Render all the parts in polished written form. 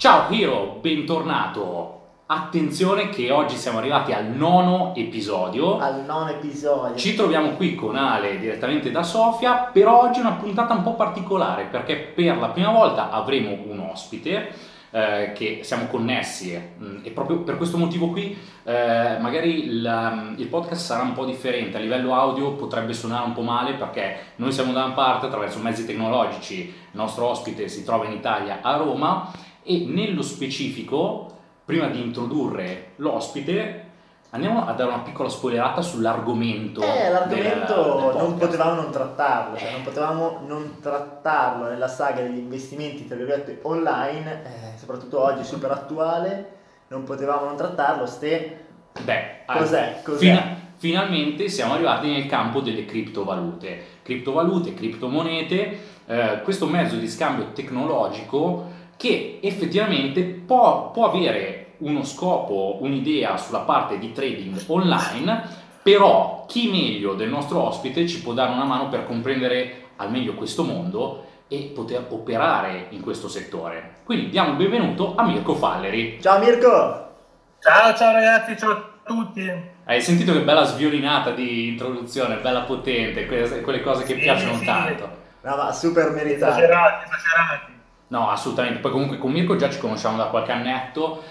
Ciao Hiro, bentornato. Attenzione che oggi siamo arrivati al nono episodio. Al nono episodio. Ci troviamo qui con Ale direttamente da Sofia, però oggi è una puntata un po' particolare perché per la prima volta avremo un ospite che siamo connessi e proprio per questo motivo qui magari il podcast sarà un po' differente, a livello audio potrebbe suonare un po' male perché noi siamo da una parte attraverso mezzi tecnologici, il nostro ospite si trova in Italia a Roma e nello specifico, prima di introdurre l'ospite, andiamo a dare una piccola spoilerata sull'argomento L'argomento del non podcast. potevamo non trattarlo, cioè non potevamo non trattarlo nella saga degli investimenti, tra virgolette, online, soprattutto oggi super attuale, non potevamo non trattarlo, Beh, cos'è? finalmente siamo arrivati nel campo delle criptovalute, criptomonete, questo mezzo di scambio tecnologico che effettivamente può avere uno scopo, un'idea sulla parte di trading online, però chi meglio del nostro ospite ci può dare una mano per comprendere al meglio questo mondo e poter operare in questo settore. Quindi diamo il benvenuto a Mirko Falleri. Ciao Mirko! Ciao ragazzi, ciao a tutti. Hai sentito che bella sviolinata di introduzione, bella potente, quelle cose che piacciono Sì. tanto. No, ma super meritato. Esagerati. No, assolutamente. Poi comunque con Mirko già ci conosciamo da qualche annetto,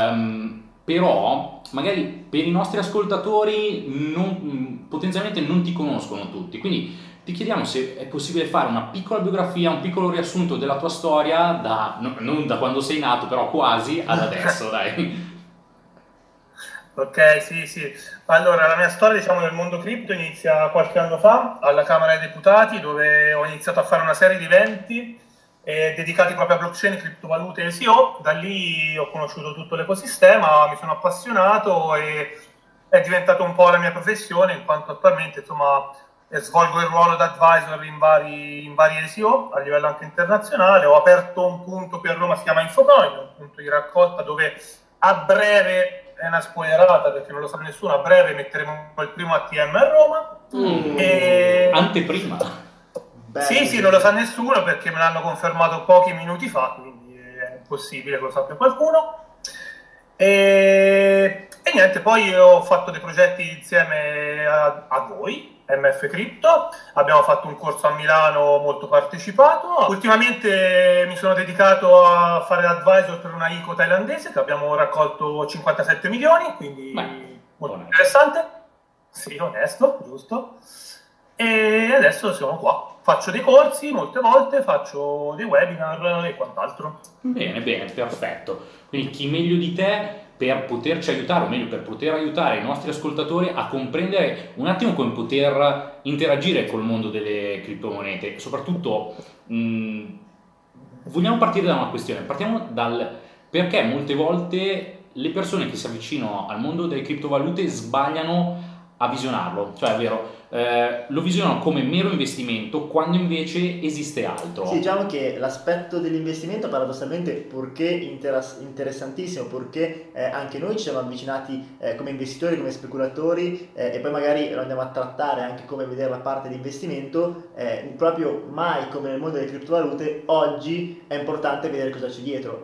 però magari per i nostri ascoltatori potenzialmente non ti conoscono tutti. Quindi ti chiediamo se è possibile fare una piccola biografia, un piccolo riassunto della tua storia, non da quando sei nato, però quasi ad adesso, dai. Ok, sì. Allora, la mia storia, diciamo, nel mondo cripto inizia qualche anno fa alla Camera dei Deputati, dove ho iniziato a fare una serie di eventi dedicati proprio a blockchain, criptovalute e SEO. Da lì ho conosciuto tutto l'ecosistema, mi sono appassionato e è diventato un po' la mia professione, in quanto attualmente, insomma, svolgo il ruolo da advisor in vari SEO a livello anche internazionale. Ho aperto un punto qui a Roma, si chiama Infocoin, un punto di raccolta dove a breve, è una spoilerata perché non lo sa nessuno, a breve metteremo il primo ATM a Roma. Anteprima. Sì, non lo sa nessuno perché me l'hanno confermato pochi minuti fa, quindi è impossibile che lo sappia qualcuno. E niente, poi ho fatto dei progetti insieme a voi, MF Crypto, abbiamo fatto un corso a Milano molto partecipato. Ultimamente mi sono dedicato a fare l'advisor per una ICO thailandese che abbiamo raccolto 57 milioni, quindi molto interessante. Sì, onesto, giusto. E adesso siamo qua. Faccio dei corsi molte volte, faccio dei webinar e quant'altro. Bene, perfetto. Quindi chi meglio di te per poterci aiutare, o meglio per poter aiutare i nostri ascoltatori a comprendere un attimo come poter interagire col mondo delle criptomonete. Soprattutto vogliamo partire da una questione, partiamo dal perché molte volte le persone che si avvicinano al mondo delle criptovalute sbagliano a visionarlo, cioè è vero, lo visionano come mero investimento quando invece esiste altro. Sì, diciamo che l'aspetto dell'investimento paradossalmente, purché interessantissimo, purché anche noi ci siamo avvicinati come investitori, come speculatori e poi magari lo andiamo a trattare anche come vedere la parte di investimento, proprio mai come nel mondo delle criptovalute, oggi è importante vedere cosa c'è dietro,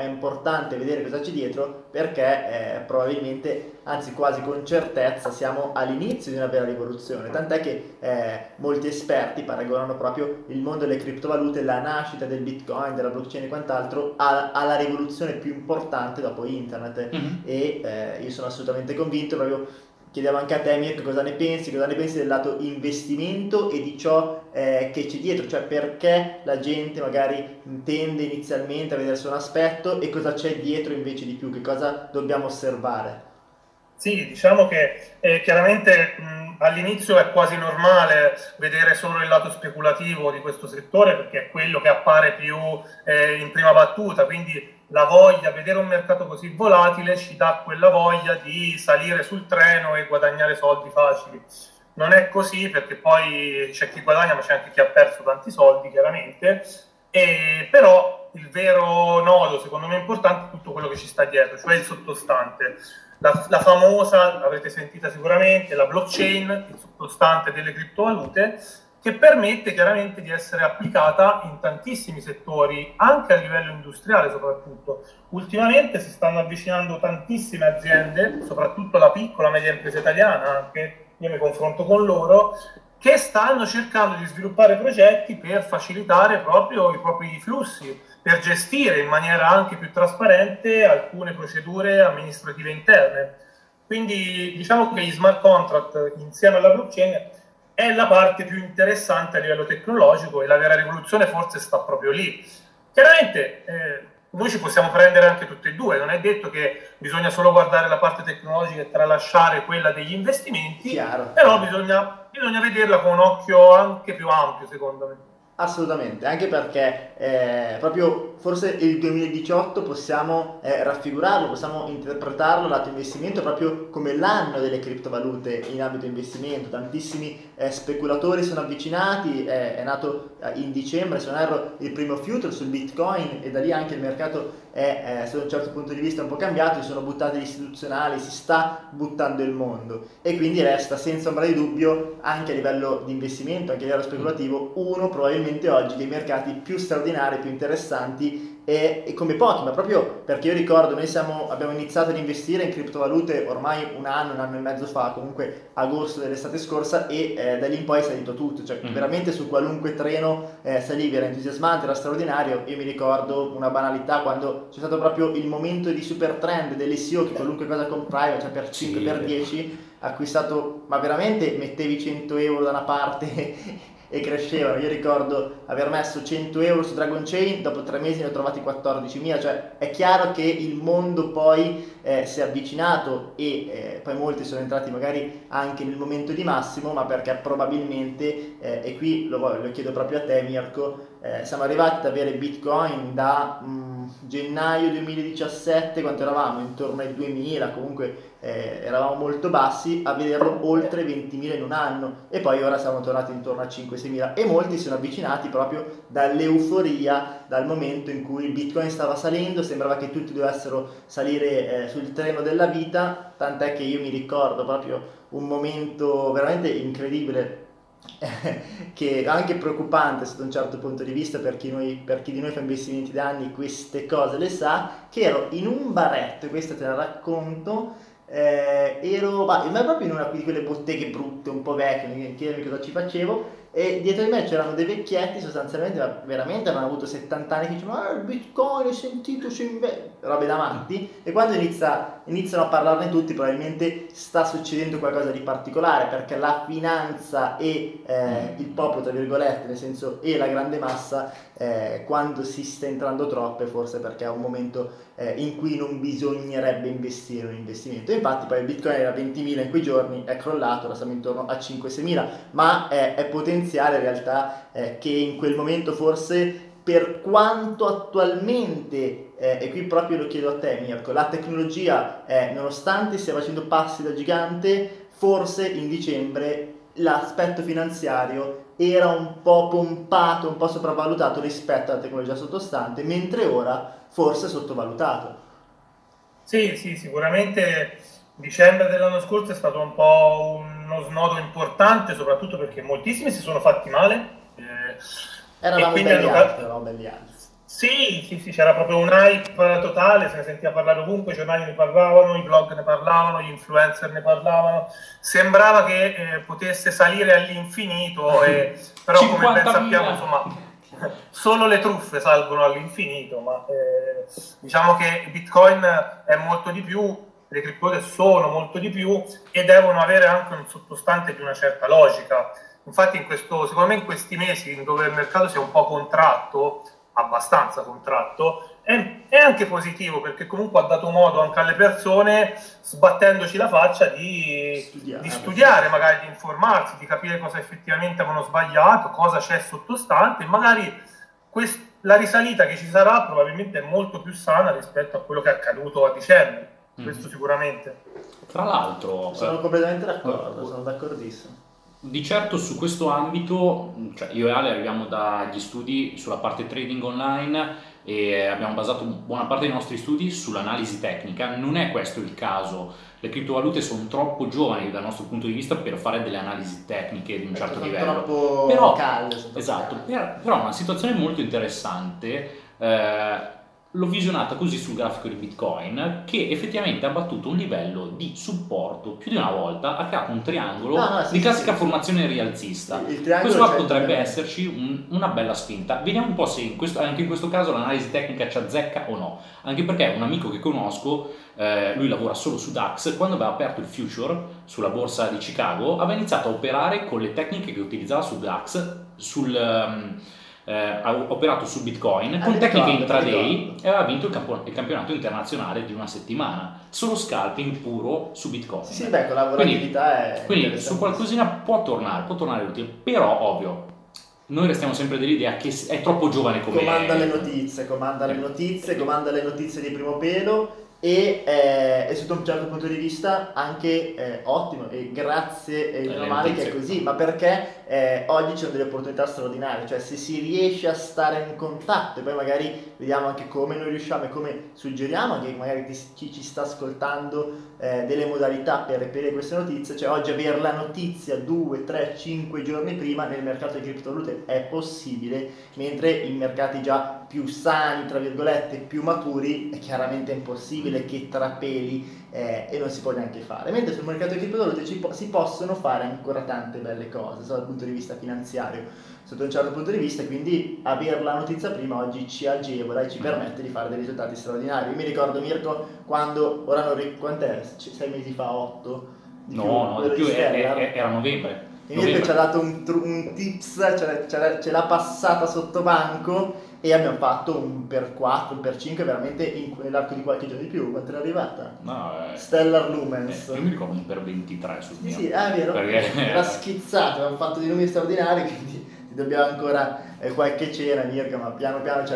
perché probabilmente, anzi quasi con certezza, siamo all'inizio di una vera rivoluzione, tant'è che molti esperti paragonano proprio il mondo delle criptovalute, la nascita del Bitcoin, della blockchain e quant'altro alla rivoluzione più importante dopo internet. E io sono assolutamente convinto, proprio chiedevo anche a te Mirko cosa ne pensi del lato investimento e di ciò che c'è dietro, cioè perché la gente magari tende inizialmente a vedere solo un aspetto e cosa c'è dietro invece di più, che cosa dobbiamo osservare. Sì, diciamo che chiaramente all'inizio è quasi normale vedere solo il lato speculativo di questo settore perché è quello che appare più in prima battuta, quindi la voglia, vedere un mercato così volatile ci dà quella voglia di salire sul treno e guadagnare soldi facili. Non è così perché poi c'è chi guadagna ma c'è anche chi ha perso tanti soldi chiaramente, però il vero nodo secondo me importante è tutto quello che ci sta dietro, cioè il sottostante. La famosa, l'avrete sentita sicuramente, la blockchain, il sottostante delle criptovalute, che permette chiaramente di essere applicata in tantissimi settori, anche a livello industriale soprattutto. Ultimamente si stanno avvicinando tantissime aziende, soprattutto la piccola e media impresa italiana, anche io mi confronto con loro, che stanno cercando di sviluppare progetti per facilitare proprio i propri flussi, per gestire in maniera anche più trasparente alcune procedure amministrative interne. Quindi diciamo che gli smart contract insieme alla blockchain è la parte più interessante a livello tecnologico e la vera rivoluzione forse sta proprio lì. Chiaramente noi ci possiamo prendere anche tutte e due, non è detto che bisogna solo guardare la parte tecnologica e tralasciare quella degli investimenti, Chiaro. però bisogna vederla con un occhio anche più ampio, secondo me. Assolutamente, anche perché proprio forse il 2018 possiamo raffigurarlo, possiamo interpretarlo lato investimento proprio come l'anno delle criptovalute in ambito investimento. Tantissimi speculatori sono avvicinati, è nato in dicembre, se non erro, il primo future sul Bitcoin, e da lì anche il mercato è da un certo punto di vista un po' cambiato, si sono buttati gli istituzionali, si sta buttando il mondo, e quindi resta senza ombra di dubbio, anche a livello di investimento, anche a livello speculativo, uno probabilmente oggi dei mercati più straordinari, più interessanti e come pochi, ma proprio perché io ricordo, noi abbiamo iniziato ad investire in criptovalute ormai un anno e mezzo fa, comunque agosto dell'estate scorsa, e da lì in poi è salito tutto, cioè veramente su qualunque treno salivi, era entusiasmante, era straordinario. Io mi ricordo una banalità, quando c'è stato proprio il momento di super trend dell'ICO, che qualunque cosa compravi, cioè per 5, per 10, acquistato, ma veramente mettevi 100 euro da una parte e crescevano. Io ricordo aver messo 100 euro su Dragon Chain, dopo 3 mesi ne ho trovati 14.000, cioè è chiaro che il mondo poi si è avvicinato, e poi molti sono entrati magari anche nel momento di massimo, ma perché probabilmente, e qui lo chiedo proprio a te Mirko, siamo arrivati ad avere Bitcoin da gennaio 2017, quanto eravamo? Intorno ai 2000, comunque eravamo molto bassi, a vederlo oltre 20.000 in un anno, e poi ora siamo tornati intorno a 5-6.000, e molti sono avvicinati proprio dall'euforia, dal momento in cui il Bitcoin stava salendo, sembrava che tutti dovessero salire sul treno della vita, tant'è che io mi ricordo proprio un momento veramente incredibile, che anche preoccupante sotto un certo punto di vista, per chi di noi fa investimenti da anni, queste cose le sa, che ero in un baretto, e questa te la racconto, ma proprio in una di quelle botteghe brutte, un po' vecchie, non chiedermi cosa ci facevo, e dietro di me c'erano dei vecchietti, sostanzialmente, ma veramente avevano avuto 70 anni, che dicevano il Bitcoin, hai sentito, robe da matti, e quando iniziano a parlarne tutti, probabilmente sta succedendo qualcosa di particolare, perché la finanza e il popolo, tra virgolette, nel senso, e la grande massa, quando si sta entrando troppo, forse perché è un momento in cui non bisognerebbe investire un investimento. Infatti poi il Bitcoin era 20.000 in quei giorni, è crollato, ora siamo intorno a 5-6.000, ma è potenziale in realtà, che in quel momento forse, per quanto attualmente, e qui proprio lo chiedo a te Mirko, la tecnologia, nonostante stia facendo passi da gigante, forse in dicembre l'aspetto finanziario era un po' pompato, un po' sopravvalutato rispetto alla tecnologia sottostante, mentre ora forse è sottovalutato. Sì, sì, sicuramente dicembre dell'anno scorso è stato un po' uno snodo importante, soprattutto perché moltissimi si sono fatti male, e Eravamo quindi belli alti, eravamo belli alti. Sì, sì, sì, c'era proprio un hype totale, se ne sentiva parlare ovunque, i giornali ne parlavano, i blog ne parlavano, gli influencer ne parlavano, sembrava che potesse salire all'infinito, però come ben 50.000. sappiamo, insomma, solo le truffe salgono all'infinito, ma diciamo che Bitcoin è molto di più, le criptovalute sono molto di più, e devono avere anche un sottostante di una certa logica. Infatti secondo me in questi mesi, dove il mercato si è un po' contratto, abbastanza contratto, è anche positivo, perché comunque ha dato modo anche alle persone, sbattendoci la faccia, di studiare, magari di informarsi, di capire cosa effettivamente avevano sbagliato, cosa c'è sottostante, e magari la risalita che ci sarà probabilmente è molto più sana rispetto a quello che è accaduto a dicembre, questo sicuramente. Tra l'altro, sono completamente d'accordo, sono d'accordissimo. Di certo su questo ambito, cioè io e Ale arriviamo dagli studi sulla parte trading online e abbiamo basato buona parte dei nostri studi sull'analisi tecnica. Non è questo il caso, le criptovalute sono troppo giovani dal nostro punto di vista per fare delle analisi tecniche di un certo Sono livello. troppo Però, calde, sono troppo esatto, calde. però una situazione molto interessante. L'ho visionata così sul grafico di Bitcoin che effettivamente ha battuto un livello di supporto più di una volta, ha creato un triangolo No, no, sì, di sì, classica sì. formazione rialzista. Il triangolo Questo qua c'è potrebbe indubbiamente. esserci una bella spinta. Vediamo un po' se anche in questo caso l'analisi tecnica ci azzecca o no. Anche perché un amico che conosco, lui lavora solo su DAX, quando aveva aperto il future sulla borsa di Chicago, aveva iniziato a operare con le tecniche che utilizzava su DAX, ha operato su Bitcoin con Mi tecniche ricordo, mi intraday ricordo. e aveva vinto il campionato internazionale di una settimana. Solo scalping puro su Bitcoin. Sì, sì, beh, con la Quindi, volatilità è quindi su interessantissimo. qualcosina può tornare utile, però ovvio, noi restiamo sempre dell'idea che è troppo giovane Comanda le come... notizie, comanda le notizie, Eh, comanda le notizie di primo pelo e sotto un certo punto di vista anche ottimo e grazie e meno le male che è notizie. così, ma perché oggi c'è delle opportunità straordinarie, cioè se si riesce a stare in contatto e poi magari vediamo anche come noi riusciamo e come suggeriamo anche magari chi ci sta ascoltando delle modalità per reperire queste notizie, cioè oggi avere la notizia 2, 3, 5 giorni prima nel mercato di criptovalute è possibile, mentre in mercati già più sani, tra virgolette, più maturi, è chiaramente impossibile che trapeli e non si può neanche fare. Mentre sul mercato di criptovalute si possono fare ancora tante belle cose, dal punto di vista finanziario, sotto un certo punto di vista, e quindi avere la notizia prima oggi ci agevola e ci permette di fare dei risultati straordinari. Io mi ricordo Mirko quando, ora non ricordo quant'è, 6 mesi fa, 8, di più, No, di quello di più, Stellar. era novembre. E Mirko ci ha Novembre. dato un tips, ce l'ha passata sotto banco e abbiamo fatto un per 4, un per 5 veramente nell'arco di qualche giorno di più. Quanto è arrivata? No, Stellar Lumens. io mi ricordo un per 23 sul Sì, mio. sì, è vero. Perché... Era schizzato, abbiamo fatto dei numeri straordinari, quindi ti dobbiamo ancora qualche cena, Mirko, ma piano piano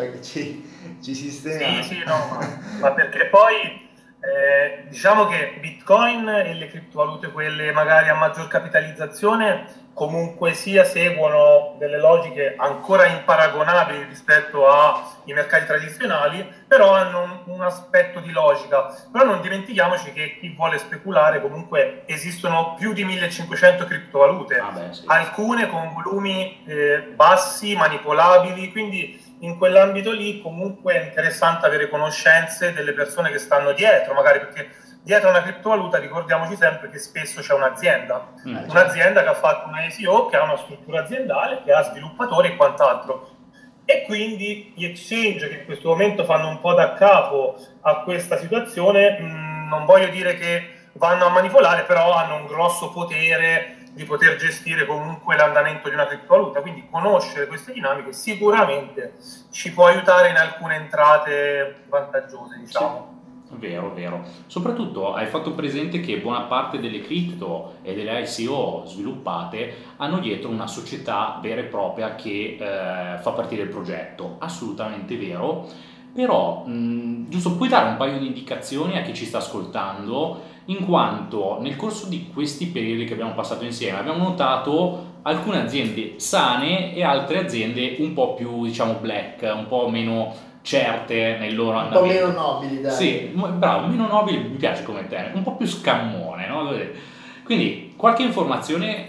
ci Sì, sistemiamo. sì, no, ma perché poi diciamo che Bitcoin e le criptovalute, quelle magari a maggior capitalizzazione, comunque sia seguono delle logiche ancora imparagonabili rispetto ai mercati tradizionali, però hanno un aspetto di logica. Però non dimentichiamoci che chi vuole speculare, comunque esistono più di 1500 criptovalute, Ah beh, sì. alcune con volumi bassi, manipolabili, quindi in quell'ambito lì comunque è interessante avere conoscenze delle persone che stanno dietro, magari perché dietro una criptovaluta ricordiamoci sempre che spesso c'è un'azienda, un'azienda che ha fatto una ICO, che ha una struttura aziendale, che ha sviluppatori e quant'altro. E quindi gli exchange che in questo momento fanno un po' da capo a questa situazione, non voglio dire che vanno a manipolare, però hanno un grosso potere di poter gestire comunque l'andamento di una criptovaluta, quindi conoscere queste dinamiche sicuramente ci può aiutare in alcune entrate vantaggiose, diciamo. Sì, vero, vero. Soprattutto hai fatto presente che buona parte delle cripto e delle ICO sviluppate hanno dietro una società vera e propria che fa partire il progetto. Assolutamente vero. Però, giusto, puoi dare un paio di indicazioni a chi ci sta ascoltando, in quanto nel corso di questi periodi che abbiamo passato insieme abbiamo notato alcune aziende sane e altre aziende un po' più, diciamo, black, un po' meno certe nel loro Un po' meno andamento. nobili, dai. Sì, bravo, meno nobile, mi piace come termine, un po' più scammone, no? Quindi qualche informazione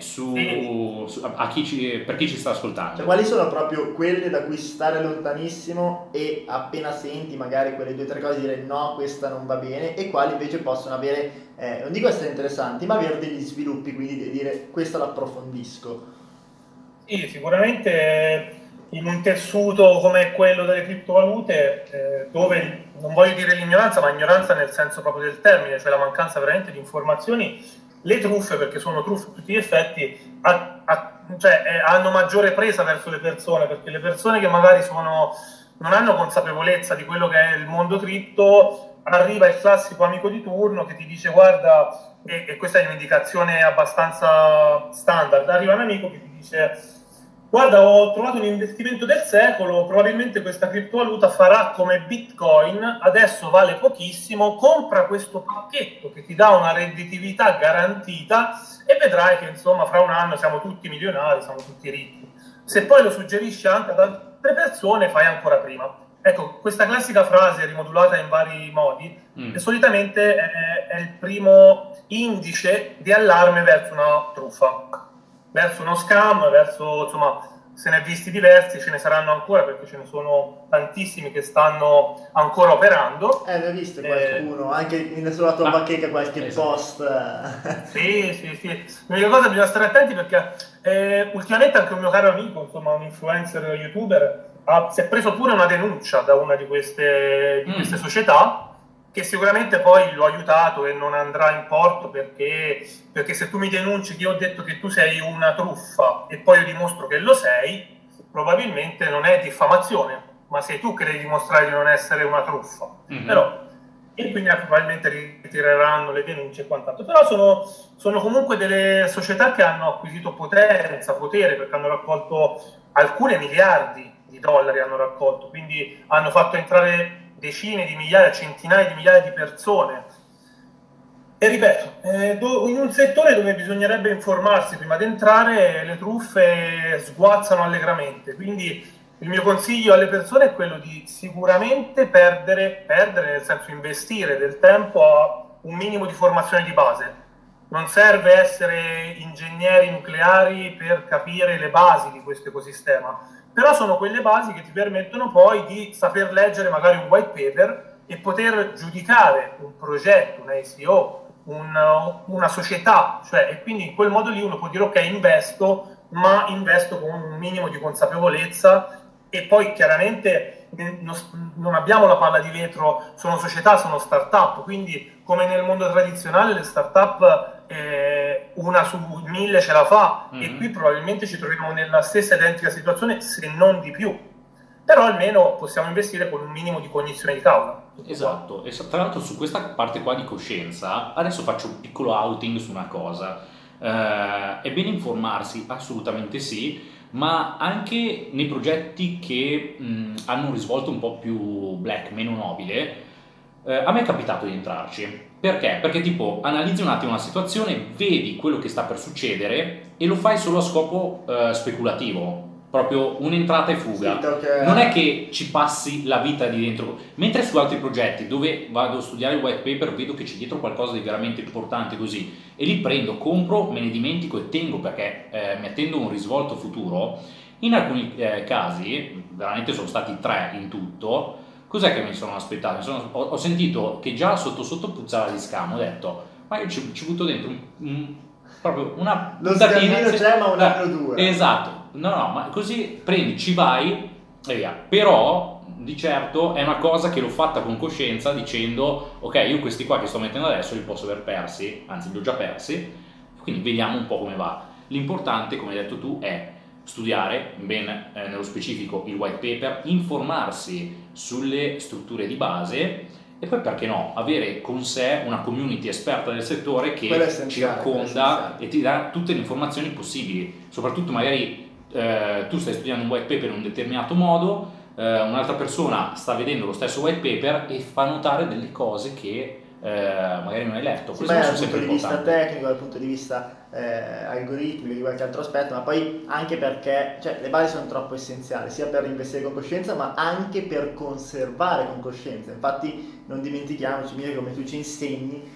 per chi ci sta ascoltando. Cioè, quali sono proprio quelle da cui stare lontanissimo e appena senti magari quelle 2 o 3 cose dire no, questa non va bene, e quali invece possono avere, non dico essere interessanti, ma avere degli sviluppi, quindi di dire questa l'approfondisco. Sì, sicuramente in un tessuto come quello delle criptovalute, dove non voglio dire l'ignoranza, ma ignoranza nel senso proprio del termine, cioè la mancanza veramente di informazioni, le truffe, perché sono truffe a tutti gli effetti, hanno maggiore presa verso le persone, perché le persone che magari non hanno consapevolezza di quello che è il mondo cripto, arriva il classico amico di turno che ti dice guarda, e questa è un'indicazione abbastanza standard, arriva un amico che ti dice Guarda, ho trovato un investimento del secolo, probabilmente questa criptovaluta farà come Bitcoin, adesso vale pochissimo, compra questo pacchetto che ti dà una redditività garantita e vedrai che insomma fra un anno siamo tutti milionari, siamo tutti ricchi. Se poi lo suggerisci anche ad altre persone, fai ancora prima. Ecco, questa classica frase rimodulata in vari modi, solitamente è il primo indice di allarme verso una truffa, verso uno scam, verso, insomma, se ne è visti diversi, ce ne saranno ancora perché ce ne sono tantissimi che stanno ancora operando. Ne ho visto qualcuno, anche sulla tua bacheca qualche post. Sì. L'unica cosa bisogna stare attenti perché ultimamente anche un mio caro amico, insomma un influencer youtuber, si è preso pure una denuncia da una di queste società, che sicuramente poi l'ho aiutato e non andrà in porto perché se tu mi denunci che io ho detto che tu sei una truffa e poi io dimostro che lo sei, probabilmente non è diffamazione, ma sei tu che devi dimostrare di non essere una truffa. Però, e quindi probabilmente ritireranno le denunce e quant'altro. Però sono comunque delle società che hanno acquisito potenza, potere, perché hanno raccolto alcune miliardi di dollari, hanno raccolto, quindi hanno fatto entrare decine di migliaia, centinaia di migliaia di persone. E ripeto, in un settore dove bisognerebbe informarsi prima di entrare, le truffe sguazzano allegramente. Quindi il mio consiglio alle persone è quello di sicuramente perdere nel senso investire del tempo a un minimo di formazione di base. Non serve essere ingegneri nucleari per capire le basi di questo ecosistema, però sono quelle basi che ti permettono poi di saper leggere magari un white paper e poter giudicare un progetto, un ICO, una società, cioè, e quindi in quel modo lì uno può dire ok, investo, ma investo con un minimo di consapevolezza. E poi chiaramente non abbiamo la palla di vetro, sono società, sono start-up, quindi come nel mondo tradizionale le start-up una su 1000 ce la fa, e qui probabilmente ci troviamo nella stessa identica situazione, se non di più. Però almeno possiamo investire con un minimo di cognizione di causa. Esatto, e tra l'altro su questa parte qua di coscienza, adesso faccio un piccolo outing su una cosa. È bene informarsi, assolutamente sì, ma anche nei progetti che hanno un risvolto un po' più black, meno nobile. A me è capitato di entrarci. Perché? Perché tipo analizzi un attimo una situazione, vedi quello che sta per succedere e lo fai solo a scopo speculativo, proprio un'entrata e fuga. Non è che ci passi la vita di dentro. Mentre su altri progetti dove vado a studiare il white paper vedo che c'è dietro qualcosa di veramente importante così, e li prendo, compro, me ne dimentico e tengo perché mi attendo un risvolto futuro. In alcuni casi, veramente sono stati 3 in tutto. Cos'è che mi sono aspettato? Ho sentito che già sotto sotto puzzava di scam, ho detto ma io ci butto dentro proprio una lo scammino c'è, ma un anno dura. Esatto, no, ma così prendi, ci vai e via. Però di certo è una cosa che l'ho fatta con coscienza, dicendo ok, io questi qua che sto mettendo adesso li posso aver persi, anzi li ho già persi, quindi vediamo un po' come va. L'importante, come hai detto tu, è studiare ben nello specifico il white paper, informarsi sulle strutture di base e poi, perché no, avere con sé una community esperta del settore che circonda e ti dà tutte le informazioni possibili. Soprattutto magari tu stai studiando un white paper in un determinato modo, un'altra persona sta vedendo lo stesso white paper e fa notare delle cose che magari non hai letto. Sì, dal punto di vista tecnico, dal punto di vista algoritmico, di qualche altro aspetto, ma poi anche perché le basi sono troppo essenziali, sia per investire con coscienza ma anche per conservare con coscienza. Infatti non dimentichiamoci, mica come tu ci insegni,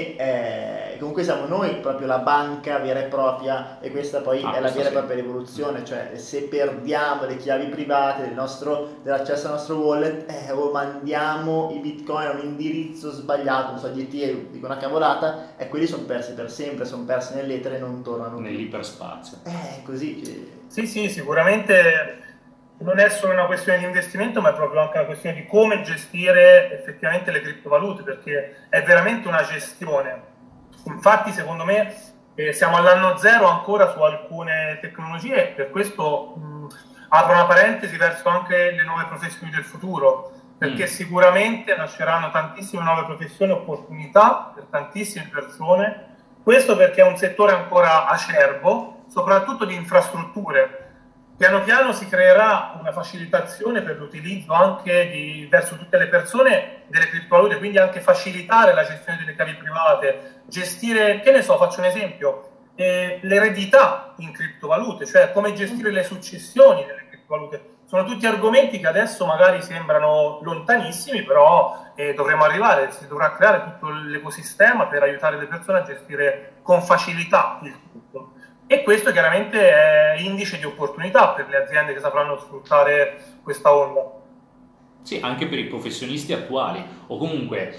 che comunque siamo noi proprio la banca vera e propria, e questa poi è la vera e propria rivoluzione. Cioè se perdiamo le chiavi private dell'accesso al nostro wallet o mandiamo i bitcoin a un indirizzo sbagliato, non so, di Ethereum, dico una cavolata, e quelli sono persi per sempre, sono persi nell'etere e non tornano nell'iperspazio. Così. Sì, sicuramente non è solo una questione di investimento, ma è proprio anche una questione di come gestire effettivamente le criptovalute, perché è veramente una gestione. Infatti, secondo me, siamo all'anno zero ancora su alcune tecnologie, per questo apro una parentesi verso anche le nuove professioni del futuro, perché sicuramente nasceranno tantissime nuove professioni, opportunità per tantissime persone. Questo perché è un settore ancora acerbo, soprattutto di infrastrutture. piano piano si creerà una facilitazione per l'utilizzo anche verso tutte le persone delle criptovalute, quindi anche facilitare la gestione delle chiavi private, gestire, che ne so, faccio un esempio, l'eredità in criptovalute, cioè come gestire le successioni delle criptovalute. Sono tutti argomenti che adesso magari sembrano lontanissimi, però dovremo arrivare, si dovrà creare tutto l'ecosistema per aiutare le persone a gestire con facilità il tutto. E questo chiaramente è indice di opportunità per le aziende che sapranno sfruttare questa onda. Sì, anche per i professionisti attuali, o comunque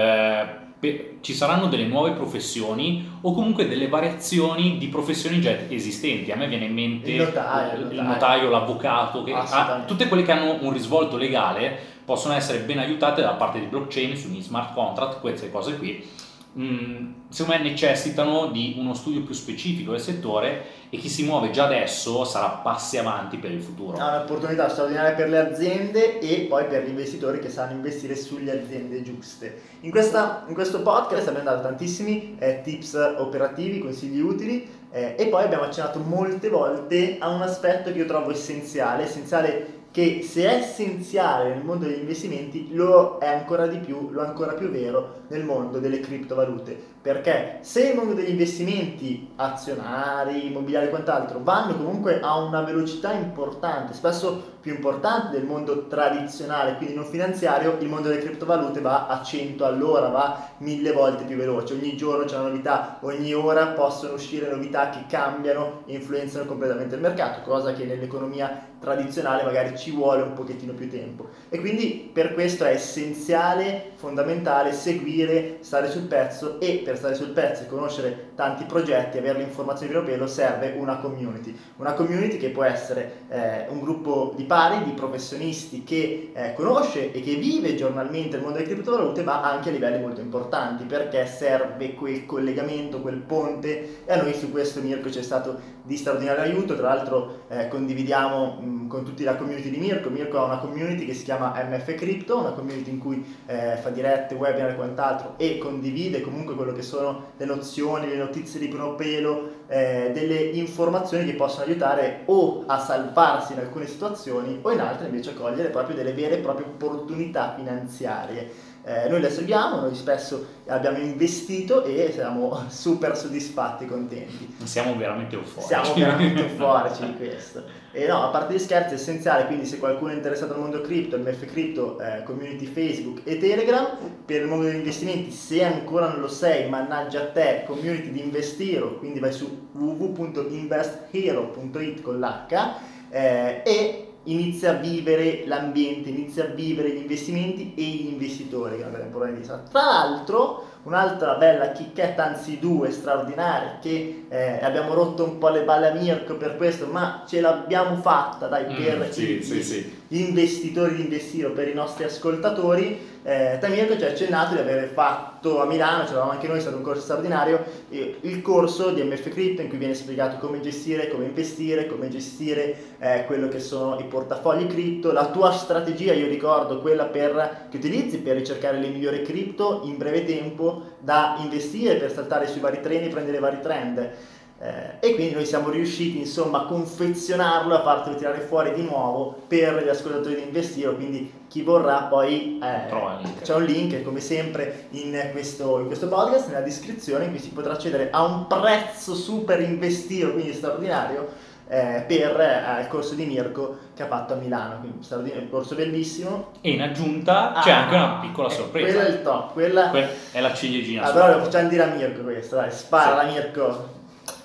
ci saranno delle nuove professioni o comunque delle variazioni di professioni già esistenti. A me viene in mente il notaio, l'avvocato, tutte quelle che hanno un risvolto legale possono essere ben aiutate da parte di blockchain sugli smart contract, queste cose qui. Secondo me necessitano di uno studio più specifico del settore, e chi si muove già adesso sarà passi avanti per il futuro. È un'opportunità straordinaria per le aziende e poi per gli investitori che sanno investire sulle aziende giuste. In questo podcast abbiamo dato tantissimi tips operativi, consigli utili, e poi abbiamo accennato molte volte a un aspetto che io trovo essenziale che se è essenziale nel mondo degli investimenti, lo è ancora di più, lo è ancora più vero nel mondo delle criptovalute. Perché se il mondo degli investimenti azionari, immobiliari e quant'altro vanno comunque a una velocità importante, spesso più importante del mondo tradizionale, quindi non finanziario, il mondo delle criptovalute va a 100 all'ora, va 1000 volte più veloce. Ogni giorno c'è una novità, ogni ora possono uscire novità che cambiano e influenzano completamente il mercato, cosa che nell'economia tradizionale magari ci vuole un pochettino più tempo. E quindi per questo è essenziale, fondamentale seguire, stare sul pezzo, e per stare sul pezzo e conoscere tanti progetti, avere le informazioni per pelo, serve una community che può essere un gruppo di pari, di professionisti che conosce e che vive giornalmente il mondo delle criptovalute, ma anche a livelli molto importanti, perché serve quel collegamento, quel ponte, e a noi su questo Mirko ci è stato di straordinario aiuto. Tra l'altro condividiamo con tutti la community di Mirko. Mirko ha una community che si chiama MF Crypto, una community in cui fa dirette, webinar e quant'altro, e condivide comunque quello che sono le nozioni, le notizie di primo pelo, delle informazioni che possono aiutare o a salvarsi in alcune situazioni o in altre invece a cogliere proprio delle vere e proprie opportunità finanziarie. Noi le seguiamo, noi spesso abbiamo investito e siamo super soddisfatti e contenti. Siamo veramente euforici. Siamo veramente euforici di questo. E no, a parte gli scherzi, è essenziale, quindi se qualcuno è interessato al mondo cripto, il MF Crypto, community Facebook e Telegram. Per il mondo degli investimenti, se ancora non lo sei, mannaggia a te, community di Investiro, quindi vai su www.investhero.it con l'H e inizia a vivere l'ambiente, inizia a vivere gli investimenti e gli investitori, che è una cosa importantissima. Tra l'altro, un'altra bella chicchetta, anzi due straordinarie, che abbiamo rotto un po' le balle a Mirko per questo, ma ce l'abbiamo fatta, dai, per gli investitori di Investiro, per i nostri ascoltatori. Mirko ci ha accennato di aver fatto a Milano, c'eravamo anche noi, è stato un corso straordinario, il corso di MF Crypto, in cui viene spiegato come gestire, come investire, come gestire quello che sono i portafogli cripto, la tua strategia. Io ricordo quella che utilizzi per ricercare le migliori cripto in breve tempo da investire, per saltare sui vari treni, prendere i vari trend. E quindi noi siamo riusciti insomma a confezionarlo, a fartelo tirare fuori di nuovo per gli ascoltatori di Investiro. Quindi chi vorrà poi c'è un link come sempre in questo podcast, nella descrizione, in cui si potrà accedere a un prezzo super Investiro, quindi straordinario, per il corso di Mirko che ha fatto a Milano. Quindi straordinario, un corso bellissimo. E in aggiunta c'è anche una piccola sorpresa. Quella è il top, quella è la ciliegina. Allora lo facciamo dire a Mirko questo, dai, spara Mirko.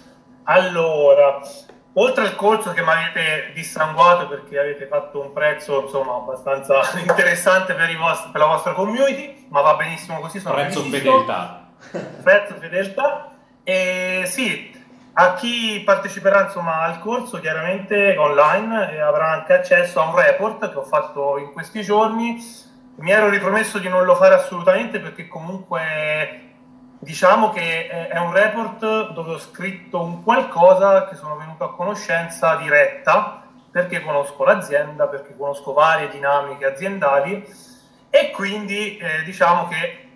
Allora, oltre al corso che mi avete dissanguato perché avete fatto un prezzo insomma abbastanza interessante per la vostra community, ma va benissimo così, sono prezzo fedeltà. Prezzo fedeltà. E sì, a chi parteciperà insomma al corso chiaramente online avrà anche accesso a un report che ho fatto in questi giorni. Mi ero ripromesso di non lo fare assolutamente, perché comunque diciamo che è un report dove ho scritto un qualcosa che sono venuto a conoscenza diretta, perché conosco l'azienda, perché conosco varie dinamiche aziendali, e quindi diciamo che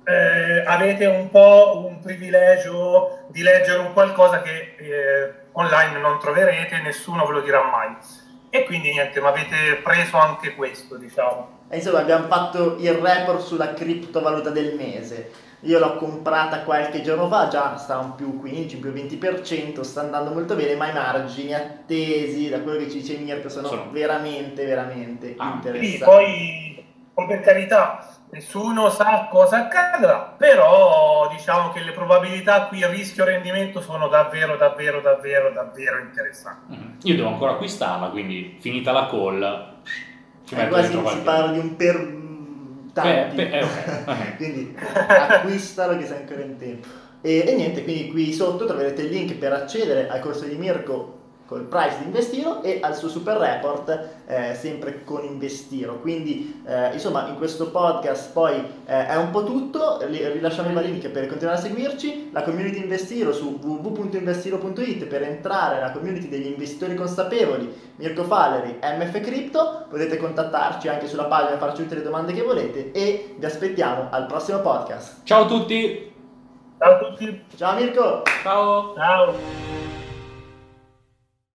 avete un po' un privilegio di leggere un qualcosa che online non troverete, nessuno ve lo dirà mai. E quindi niente, ma avete preso anche questo, diciamo. E insomma, abbiamo fatto il report sulla criptovaluta del mese. Io l'ho comprata qualche giorno fa, già sta un più 15, più 20%, sta andando molto bene, ma i margini attesi, da quello che ci dice Mirko, sono veramente, veramente interessanti. Sì, poi per carità, nessuno sa cosa accadrà, però diciamo che le probabilità qui, rischio-rendimento, sono davvero, davvero, davvero, davvero interessanti. Io devo ancora acquistarla, quindi finita la call ci metto quasi dentro si parla di un per tanti. Okay. Quindi acquistalo che sei ancora in tempo. E niente, quindi qui sotto troverete il link per accedere al corso di Mirko col price di Investiro e al suo super report sempre con Investiro. Quindi insomma, in questo podcast poi è un po' tutto. Rilasciamo il link per continuare a seguirci, la community Investiro su www.investiro.it per entrare nella community degli investitori consapevoli, Mirko Falleri, MF Crypto. Potete contattarci anche sulla pagina, farci tutte le domande che volete e vi aspettiamo al prossimo podcast. Ciao a tutti! Ciao a tutti! Ciao Mirko! Ciao! Ciao!